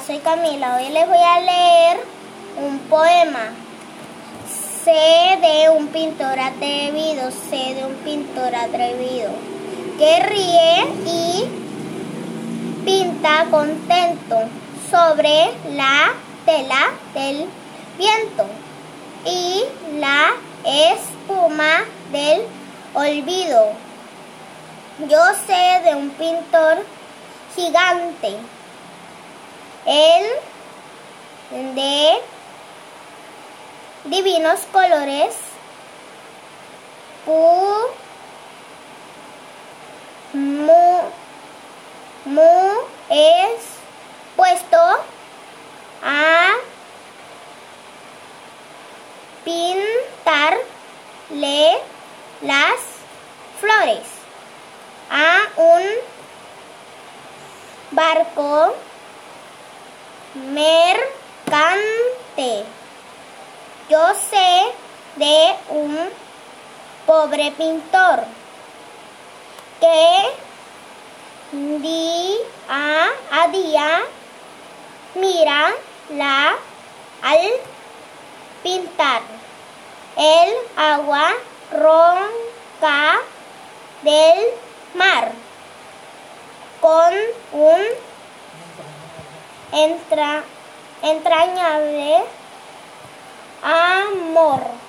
soy Camila. Hoy les voy a leer un poema. Sé de un pintor atrevido, que ríe y pinta contento sobre la tela del viento y la espuma del olvido. Yo sé de un pintor gigante, él de divinos colores, es puesto a pintarle las flores a un barco mercante. Yo sé de un pobre pintor que día a día mira al pintar el agua ronca del mar con un entrañable amor.